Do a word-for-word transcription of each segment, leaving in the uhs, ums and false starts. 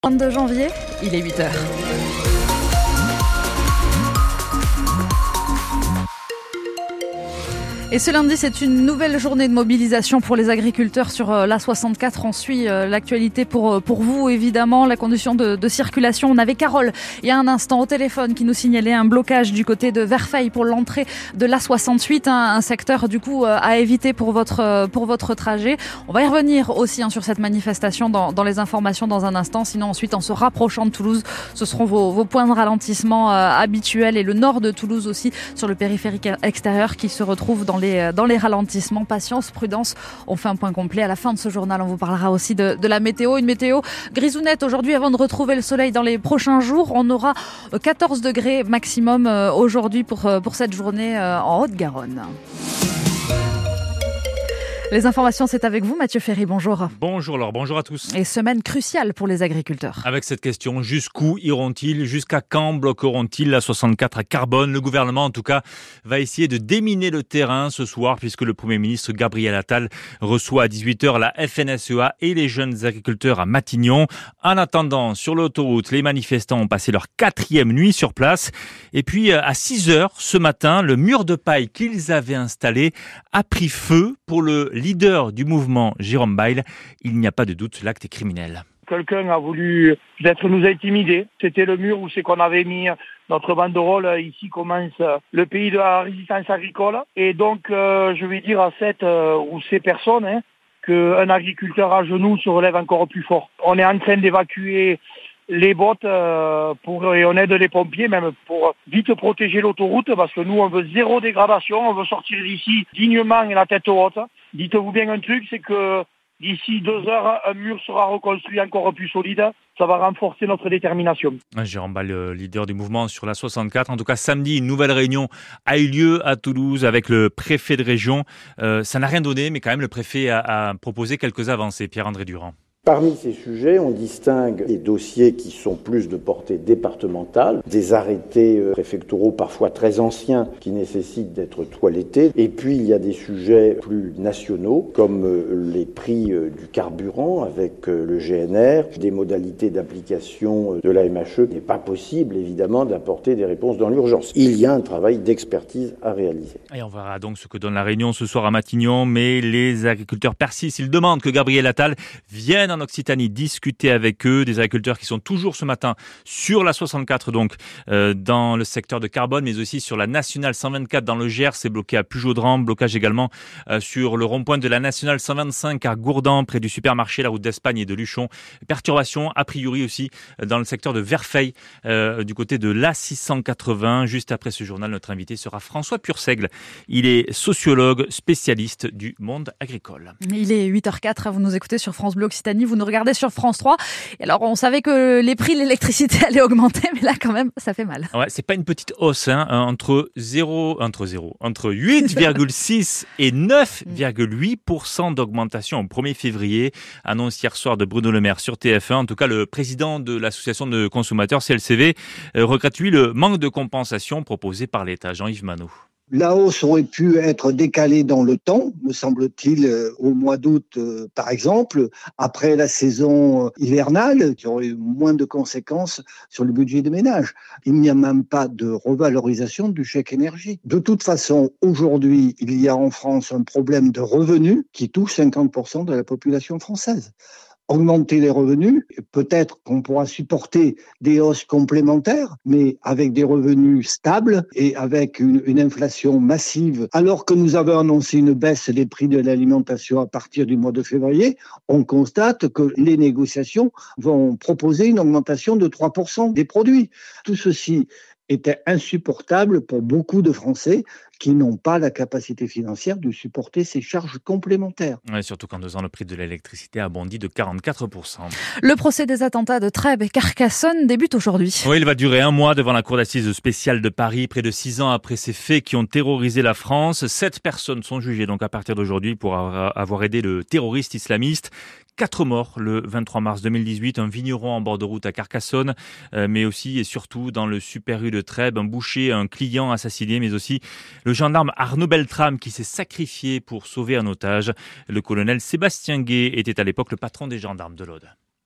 vingt-deux janvier, il est huit heures. Et ce lundi, c'est une nouvelle journée de mobilisation pour les agriculteurs sur l'A soixante-quatre. On suit l'actualité pour, pour vous, évidemment. La condition de, de circulation. On avait Carole, il y a un instant, au téléphone, qui nous signalait un blocage du côté de Verfeil pour l'entrée de l'A soixante-huit, hein, un secteur, du coup, à éviter pour votre, pour votre trajet. On va y revenir aussi hein, sur cette manifestation dans, dans les informations dans un instant. Sinon, ensuite, en se rapprochant de Toulouse, ce seront vos, vos points de ralentissement euh, habituels et le nord de Toulouse aussi, sur le périphérique extérieur, qui se retrouve dans Les, dans les ralentissements. Patience, prudence. On fait un point complet. À la fin de ce journal, on vous parlera aussi de, de la météo. Une météo grisounette aujourd'hui avant de retrouver le soleil dans les prochains jours. On aura quatorze degrés maximum aujourd'hui pour, pour cette journée en Haute-Garonne. Les informations, c'est avec vous, Mathieu Ferry. Bonjour. Bonjour Laure, bonjour à tous. Et semaine cruciale pour les agriculteurs. Avec cette question, jusqu'où iront-ils? Jusqu'à quand bloqueront-ils la soixante-quatre à Carbone? Le gouvernement, en tout cas, va essayer de déminer le terrain ce soir, puisque le Premier ministre Gabriel Attal reçoit à dix-huit heures la F N S E A et les jeunes agriculteurs à Matignon. En attendant, sur l'autoroute, les manifestants ont passé leur quatrième nuit sur place. Et puis, à six heures ce matin, le mur de paille qu'ils avaient installé a pris feu. Pour le leader du mouvement, Jérôme Bail, il n'y a pas de doute, l'acte est criminel. Quelqu'un a voulu peut-être nous intimider. C'était le mur où c'est qu'on avait mis notre banderole. Ici commence le pays de la résistance agricole. Et donc, euh, je vais dire à cette euh, ou ces personnes hein, qu'un agriculteur à genoux se relève encore plus fort. On est en train d'évacuer les bottes euh, pour, et on aide les pompiers même pour vite protéger l'autoroute parce que nous on veut zéro dégradation, on veut sortir d'ici dignement et la tête haute. Dites-vous bien un truc, c'est que d'ici deux heures, un mur sera reconstruit encore plus solide. Ça va renforcer notre détermination. Jérôme Bail, le leader du mouvement sur la soixante-quatre. En tout cas, samedi, une nouvelle réunion a eu lieu à Toulouse avec le préfet de région. Euh, ça n'a rien donné, mais quand même, le préfet a, a proposé quelques avancées. Pierre-André Durand. Parmi ces sujets, on distingue des dossiers qui sont plus de portée départementale, des arrêtés préfectoraux parfois très anciens qui nécessitent d'être toilettés, et puis il y a des sujets plus nationaux comme les prix du carburant avec le G N R, des modalités d'application de la M H E. Il n'est pas possible évidemment d'apporter des réponses dans l'urgence. Il y a un travail d'expertise à réaliser. Et on verra donc ce que donne la réunion ce soir à Matignon, mais les agriculteurs persistent. Ils demandent que Gabriel Attal vienne en Occitanie discuter avec eux, des agriculteurs qui sont toujours ce matin sur la soixante-quatre, donc euh, dans le secteur de Carbone, mais aussi sur la nationale cent vingt-quatre dans le Gers, c'est bloqué à Pujaudran, blocage également euh, sur le rond-point de la nationale cent vingt-cinq à Gourdan, près du supermarché, la route d'Espagne et de Luchon. Perturbation a priori aussi dans le secteur de Verfeil, euh, du côté de l'A six cent quatre-vingts. Juste après ce journal, notre invité sera François Purseigle. Il est sociologue, spécialiste du monde agricole. Il est huit heures quatre, vous nous écoutez sur France Bleu Occitanie. Vous nous regardez sur France trois. Et alors, on savait que les prix de l'électricité allaient augmenter, mais là, quand même, ça fait mal. Ouais, c'est pas une petite hausse, hein, entre zéro, entre zéro, entre huit virgule six et neuf virgule huit pour cent d'augmentation au premier février. Annonce hier soir de Bruno Le Maire sur T F un. En tout cas, le président de l'association de consommateurs C L C V euh, regrette lui le manque de compensation proposé par l'État. Jean-Yves Manot. La hausse aurait pu être décalée dans le temps, me semble-t-il, euh, au mois d'août, euh, par exemple, après la saison hivernale, qui aurait eu moins de conséquences sur le budget des ménages. Il n'y a même pas de revalorisation du chèque énergie. De toute façon, aujourd'hui, il y a en France un problème de revenus qui touche cinquante pour cent de la population française. Augmenter les revenus, peut-être qu'on pourra supporter des hausses complémentaires, mais avec des revenus stables et avec une, une inflation massive. Alors que nous avons annoncé une baisse des prix de l'alimentation à partir du mois de février, on constate que les négociations vont proposer une augmentation de trois pour cent des produits. Tout ceci était insupportable pour beaucoup de Français qui n'ont pas la capacité financière de supporter ces charges complémentaires. Ouais, surtout qu'en deux ans, le prix de l'électricité a bondi de quarante-quatre pour cent. Le procès des attentats de Trèbes et Carcassonne débute aujourd'hui. Oui, il va durer un mois devant la cour d'assises spéciale de Paris, près de six ans après ces faits qui ont terrorisé la France. Sept personnes sont jugées donc à partir d'aujourd'hui pour avoir aidé le terroriste islamiste. Quatre morts le vingt-trois mars deux mille dix-huit, un vigneron en bord de route à Carcassonne, euh, mais aussi et surtout dans le Super U de Trèbes, un boucher, un client assassiné, mais aussi le gendarme Arnaud Beltrame qui s'est sacrifié pour sauver un otage. Le colonel Sébastien Gué était à l'époque le patron des gendarmes de l'Aude.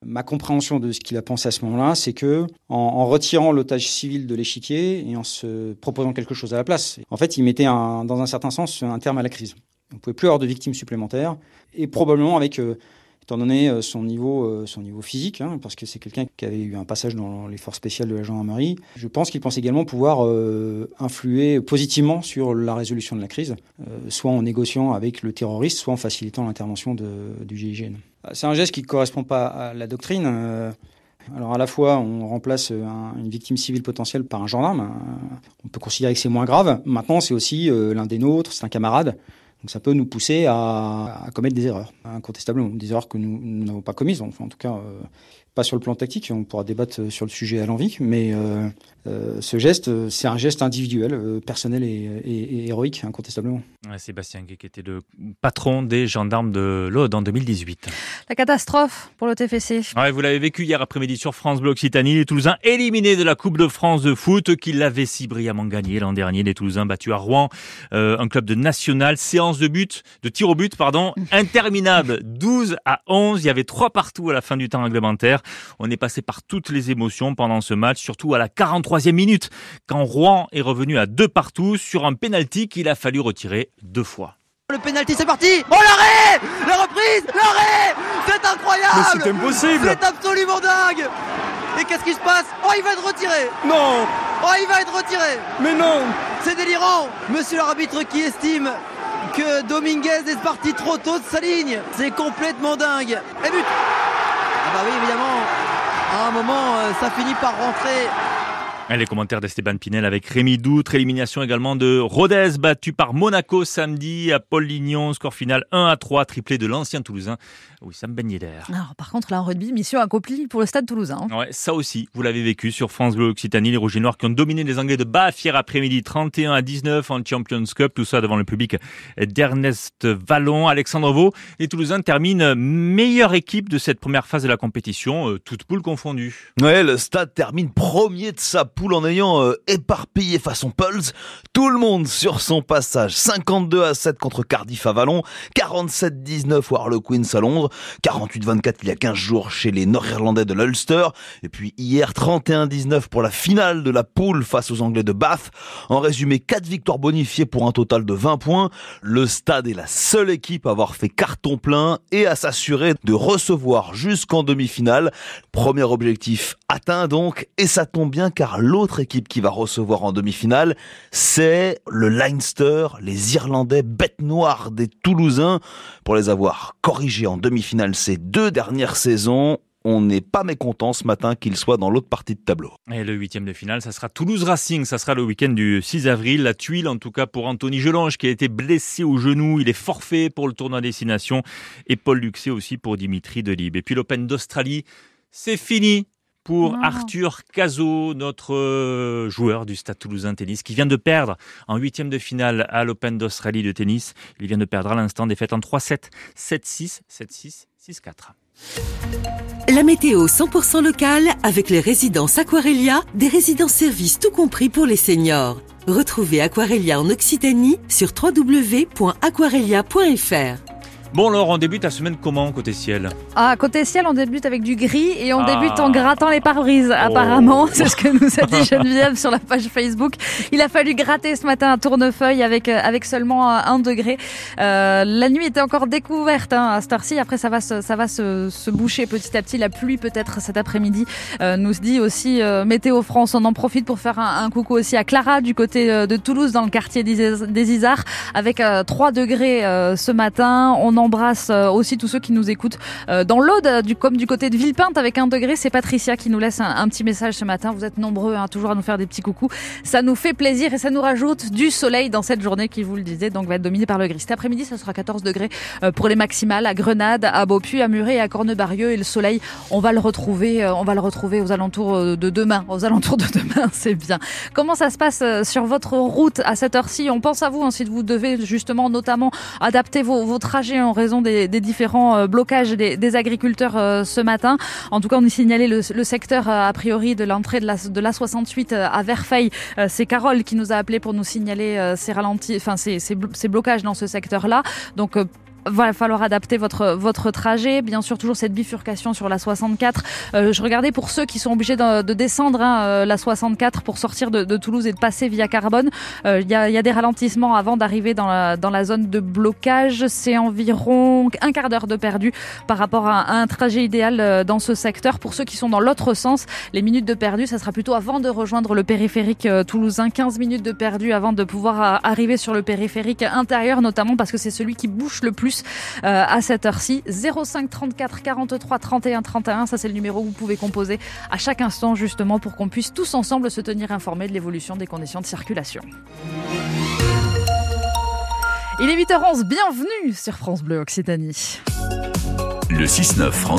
Ma compréhension de ce qu'il a pensé à ce moment-là, c'est que en, en retirant l'otage civil de l'échiquier et en se proposant quelque chose à la place, en fait, il mettait un, dans un certain sens un terme à la crise. On ne pouvait plus avoir de victimes supplémentaires et probablement avec... Euh, étant donné son niveau, son niveau physique, hein, parce que c'est quelqu'un qui avait eu un passage dans les forces spéciales de la gendarmerie. Je pense qu'il pense également pouvoir euh, influer positivement sur la résolution de la crise, euh, soit en négociant avec le terroriste, soit en facilitant l'intervention de, du G I G N. C'est un geste qui ne correspond pas à la doctrine. Euh, alors à la fois, on remplace un, une victime civile potentielle par un gendarme. Un, on peut considérer que c'est moins grave. Maintenant, c'est aussi euh, l'un des nôtres, c'est un camarade. Donc ça peut nous pousser à, à commettre des erreurs, incontestablement, des erreurs que nous, nous n'avons pas commises, enfin, en tout cas euh, pas sur le plan tactique, on pourra débattre sur le sujet à l'envie, mais euh, euh, ce geste, c'est un geste individuel, euh, personnel et, et, et héroïque, incontestablement. Ouais, Sébastien Guay, qui était le patron des gendarmes de l'Aude en deux mille dix-huit. La catastrophe pour le T F C. Ouais, vous l'avez vécu hier après-midi sur France Bleu Occitanie, les Toulousains éliminés de la Coupe de France de foot, qui l'avaient si brillamment gagné l'an dernier. Les Toulousains battus à Rouen, euh, un club de national, séance de but, de tir au but, pardon, interminable, douze à onze. Il y avait trois partout à la fin du temps réglementaire. On est passé par toutes les émotions pendant ce match, surtout à la quarante-troisième minute, quand Rouen est revenu à deux partout sur un pénalty qu'il a fallu retirer deux fois. Le pénalty, c'est parti. Oh, l'arrêt, la reprise, l'arrêt, c'est incroyable. Mais c'est impossible. C'est absolument dingue. Et qu'est-ce qui se passe? Oh, il va être retiré. Non. Oh, il va être retiré. Mais non. C'est délirant. Monsieur l'arbitre qui estime que Dominguez est parti trop tôt de sa ligne. C'est complètement dingue. Et but. Ah bah oui, évidemment, à un moment, ça finit par rentrer. Les commentaires d'Esteban Pinel avec Rémi Doutre, élimination également de Rodez, battu par Monaco samedi à Paul-Lignon, score final un à trois, triplé de l'ancien Toulousain Wissam Ben Yedder. Alors, par contre, là en rugby, mission accomplie pour le Stade Toulousain. Ouais, ça aussi, vous l'avez vécu sur France Bleu Occitanie, les Rouges et Noirs qui ont dominé les Anglais de Bath hier après-midi, trente et un à dix-neuf en Champions Cup, tout ça devant le public d'Ernest Vallon. Alexandre Vaux, les Toulousains terminent meilleure équipe de cette première phase de la compétition, euh, toutes poules confondues. Ouais, le Stade termine premier de sa poule en ayant euh, éparpillé façon Pulse tout le monde sur son passage. cinquante-deux à sept contre Cardiff à Vallon, quarante-sept dix-neuf au Harlequins à Londres, quarante-huit vingt-quatre il y a quinze jours chez les Nord-Irlandais de l'Ulster, et puis hier trente et un dix-neuf pour la finale de la poule face aux Anglais de Bath. En résumé, quatre victoires bonifiées pour un total de vingt points. Le Stade est la seule équipe à avoir fait carton plein et à s'assurer de recevoir jusqu'en demi-finale. Premier objectif atteint donc, et ça tombe bien car l'autre équipe qui va recevoir en demi-finale, c'est le Leinster, les Irlandais, bêtes noires des Toulousains. Pour les avoir corrigés en demi-finale ces deux dernières saisons, on n'est pas mécontent ce matin qu'ils soient dans l'autre partie de tableau. Et le huitième de finale, ça sera Toulouse Racing, ça sera le week-end du six avril. La tuile, en tout cas pour Anthony Gelange, qui a été blessé au genou. Il est forfait pour le tournoi destination. Et Paul Luxé aussi pour Dimitri Delibes. Et puis l'Open d'Australie, c'est fini pour wow. Arthur Cazot, notre joueur du Stade Toulousain Tennis, qui vient de perdre en huitième de finale à l'Open d'Australie de tennis. Il vient de perdre à l'instant, défaite en trois sept, sept six, sept six, six quatre. La météo cent pour cent locale avec les résidences Aquarelia, des résidences-services tout compris pour les seniors. Retrouvez Aquarelia en Occitanie sur w w w point aquarelia point f r. Bon, alors, on débute la semaine comment, côté ciel? Ah, côté ciel, on débute avec du gris et on ah. débute en grattant les pare-brises, apparemment. Oh. C'est ce que nous a dit Geneviève sur la page Facebook. Il a fallu gratter ce matin à Tournefeuille avec, avec seulement un degré. Euh, la nuit était encore découverte hein, à cette heure-ci. Après, ça va, se, ça va se, se boucher petit à petit. La pluie, peut-être, cet après-midi, euh, nous dit aussi euh, Météo France. On en profite pour faire un, un coucou aussi à Clara, du côté euh, de Toulouse, dans le quartier des Isards, avec euh, trois degrés euh, ce matin. On en embrasse aussi tous ceux qui nous écoutent dans l'Aude, du, comme du côté de Villepinte avec un degré. C'est Patricia qui nous laisse un, un petit message ce matin. Vous êtes nombreux hein, toujours à nous faire des petits coucous. Ça nous fait plaisir et ça nous rajoute du soleil dans cette journée qui, vous le disiez, donc va être dominée par le gris. Cet après-midi, ça sera quatorze degrés pour les maximales à Grenade, à Beaupuy, à Muret et à Cornebarieux. Et le soleil, on va le retrouver, on va le retrouver aux alentours de demain. Aux alentours de demain, c'est bien. Comment ça se passe sur votre route à cette heure-ci? On pense à vous hein, si vous devez justement notamment adapter vos, vos trajets en raison des, des différents blocages des, des agriculteurs euh, ce matin. En tout cas, on nous signalait le, le secteur euh, a priori de l'entrée de la, de l'A soixante-huit euh, à Verfeil. Euh, c'est Carole qui nous a appelé pour nous signaler euh, ces ralentis, enfin ces, ces, ces blocages dans ce secteur-là. Donc euh, va falloir adapter votre, votre trajet. Bien sûr, toujours cette bifurcation sur la soixante-quatre. Euh, je regardais pour ceux qui sont obligés de, de descendre hein, la soixante-quatre pour sortir de, de Toulouse et de passer via Carbone. Il euh, y, a, y a des ralentissements avant d'arriver dans la, dans la zone de blocage. C'est environ un quart d'heure de perdu par rapport à, à un trajet idéal dans ce secteur. Pour ceux qui sont dans l'autre sens, les minutes de perdu, ça sera plutôt avant de rejoindre le périphérique euh, toulousain. quinze minutes de perdu avant de pouvoir euh, arriver sur le périphérique intérieur, notamment parce que c'est celui qui bouche le plus euh, à cette heure-ci. zéro cinq trente-quatre quarante-trois trente et un trente et un, ça c'est le numéro que vous pouvez composer à chaque instant justement pour qu'on puisse tous ensemble se tenir informés de l'évolution des conditions de circulation. Il est huit heures onze, bienvenue sur France Bleu Occitanie. Le six neuf France